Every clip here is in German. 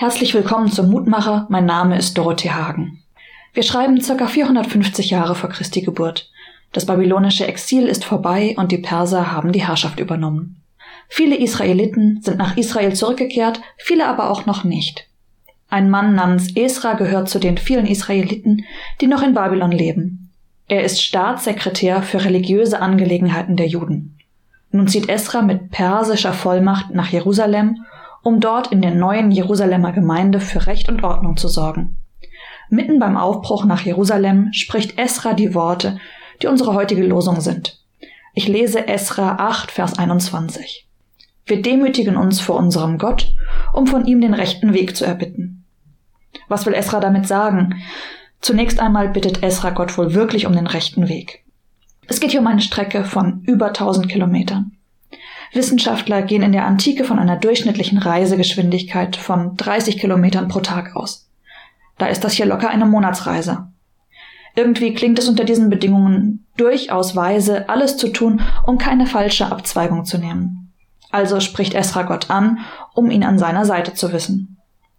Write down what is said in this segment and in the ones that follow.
Herzlich willkommen zum Mutmacher, mein Name ist Dorothee Hagen. Wir schreiben ca. 450 Jahre vor Christi Geburt. Das babylonische Exil ist vorbei und die Perser haben die Herrschaft übernommen. Viele Israeliten sind nach Israel zurückgekehrt, viele aber auch noch nicht. Ein Mann namens Esra gehört zu den vielen Israeliten, die noch in Babylon leben. Er ist Staatssekretär für religiöse Angelegenheiten der Juden. Nun zieht Esra mit persischer Vollmacht nach Jerusalem, um dort in der neuen Jerusalemer Gemeinde für Recht und Ordnung zu sorgen. Mitten beim Aufbruch nach Jerusalem spricht Esra die Worte, die unsere heutige Losung sind. Ich lese Esra 8, Vers 21. Wir demütigen uns vor unserem Gott, um von ihm den rechten Weg zu erbitten. Was will Esra damit sagen? Zunächst einmal bittet Esra Gott wohl wirklich um den rechten Weg. Es geht hier um eine Strecke von über 1000 Kilometern. Wissenschaftler gehen in der Antike von einer durchschnittlichen Reisegeschwindigkeit von 30 Kilometern pro Tag aus. Da ist das hier locker eine Monatsreise. Irgendwie klingt es unter diesen Bedingungen durchaus weise, alles zu tun, um keine falsche Abzweigung zu nehmen. Also spricht Esra Gott an, um ihn an seiner Seite zu wissen.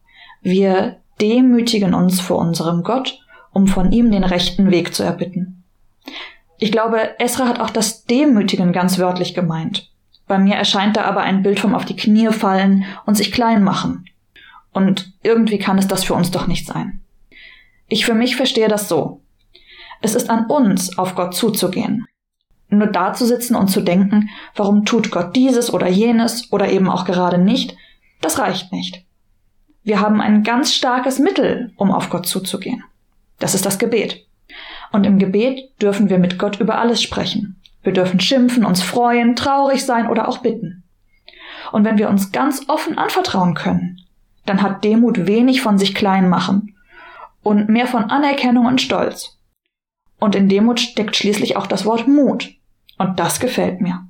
Wir demütigen uns vor unserem Gott, um von ihm den rechten Weg zu erbitten. Ich glaube, Esra hat auch das Demütigen ganz wörtlich gemeint. Bei mir erscheint da aber ein Bild vom auf die Knie fallen und sich klein machen. Und irgendwie kann es das für uns doch nicht sein. Ich für mich verstehe das so. Es ist an uns, auf Gott zuzugehen. Nur da zu sitzen und zu denken, warum tut Gott dieses oder jenes oder eben auch gerade nicht, das reicht nicht. Wir haben ein ganz starkes Mittel, um auf Gott zuzugehen. Das ist das Gebet. Und im Gebet dürfen wir mit Gott über alles sprechen. Wir dürfen schimpfen, uns freuen, traurig sein oder auch bitten. Und wenn wir uns ganz offen anvertrauen können, dann hat Demut wenig von sich klein machen und mehr von Anerkennung und Stolz. Und in Demut steckt schließlich auch das Wort Mut. Und das gefällt mir.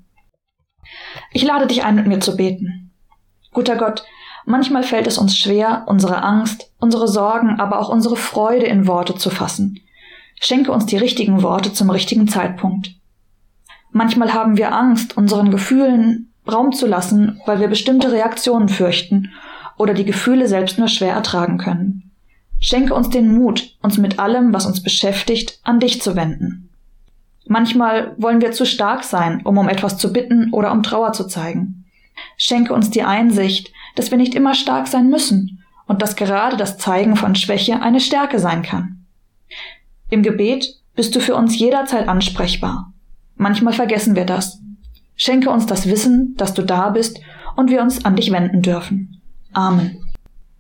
Ich lade dich ein, mit mir zu beten. Guter Gott, manchmal fällt es uns schwer, unsere Angst, unsere Sorgen, aber auch unsere Freude in Worte zu fassen. Schenke uns die richtigen Worte zum richtigen Zeitpunkt. Manchmal haben wir Angst, unseren Gefühlen Raum zu lassen, weil wir bestimmte Reaktionen fürchten oder die Gefühle selbst nur schwer ertragen können. Schenke uns den Mut, uns mit allem, was uns beschäftigt, an dich zu wenden. Manchmal wollen wir zu stark sein, um etwas zu bitten oder um Trauer zu zeigen. Schenke uns die Einsicht, dass wir nicht immer stark sein müssen und dass gerade das Zeigen von Schwäche eine Stärke sein kann. Im Gebet bist du für uns jederzeit ansprechbar. Manchmal vergessen wir das. Schenke uns das Wissen, dass du da bist und wir uns an dich wenden dürfen. Amen.